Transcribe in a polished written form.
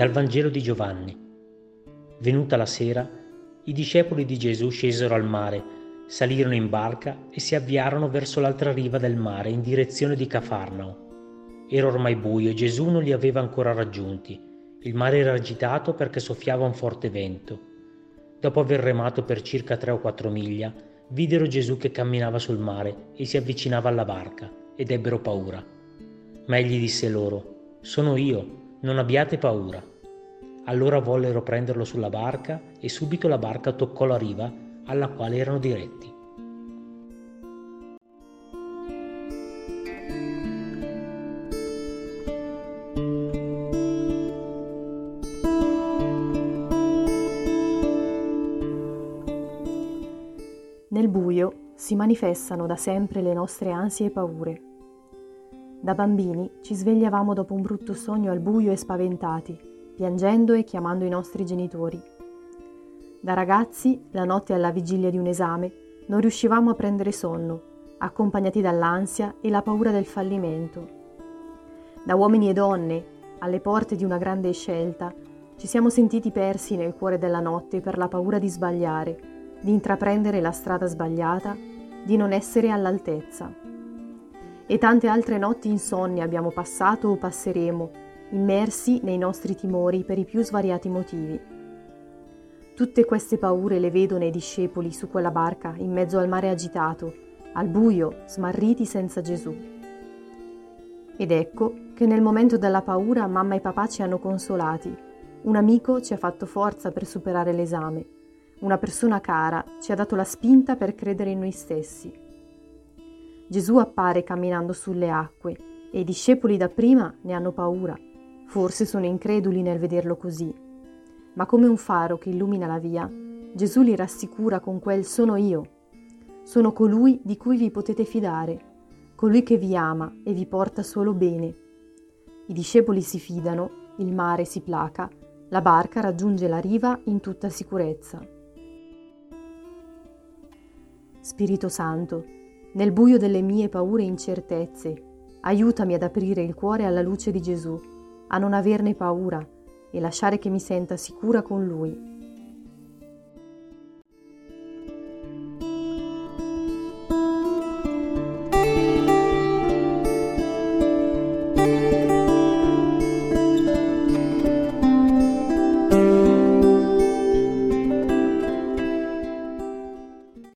Dal Vangelo di Giovanni. Venuta la sera, i discepoli di Gesù scesero al mare, salirono in barca e si avviarono verso l'altra riva del mare in direzione di Cafarnao. Era ormai buio e Gesù non li aveva ancora raggiunti. Il mare era agitato perché soffiava un forte vento. Dopo aver remato per circa 3 o 4 miglia, videro Gesù che camminava sul mare e si avvicinava alla barca, ed ebbero paura. Ma egli disse loro: «Sono io, non abbiate paura». Allora vollero prenderlo sulla barca e subito la barca toccò la riva alla quale erano diretti. Nel buio si manifestano da sempre le nostre ansie e paure. Da bambini ci svegliavamo dopo un brutto sogno al buio e spaventati, piangendo e chiamando i nostri genitori. Da ragazzi, la notte alla vigilia di un esame, non riuscivamo a prendere sonno, accompagnati dall'ansia e la paura del fallimento. Da uomini e donne, alle porte di una grande scelta, ci siamo sentiti persi nel cuore della notte per la paura di sbagliare, di intraprendere la strada sbagliata, di non essere all'altezza. E tante altre notti insonni abbiamo passato o passeremo, immersi nei nostri timori per i più svariati motivi. Tutte queste paure le vedo nei discepoli su quella barca in mezzo al mare agitato, al buio, smarriti senza Gesù. Ed ecco che nel momento della paura mamma e papà ci hanno consolati. Un amico ci ha fatto forza per superare l'esame. Una persona cara ci ha dato la spinta per credere in noi stessi. Gesù appare camminando sulle acque e i discepoli dapprima ne hanno paura. Forse sono increduli nel vederlo così. Ma come un faro che illumina la via, Gesù li rassicura con quel «sono io». Sono colui di cui vi potete fidare, colui che vi ama e vi porta solo bene. I discepoli si fidano, il mare si placa, la barca raggiunge la riva in tutta sicurezza. Spirito Santo, nel buio delle mie paure e incertezze, aiutami ad aprire il cuore alla luce di Gesù, a non averne paura e lasciare che mi senta sicura con Lui.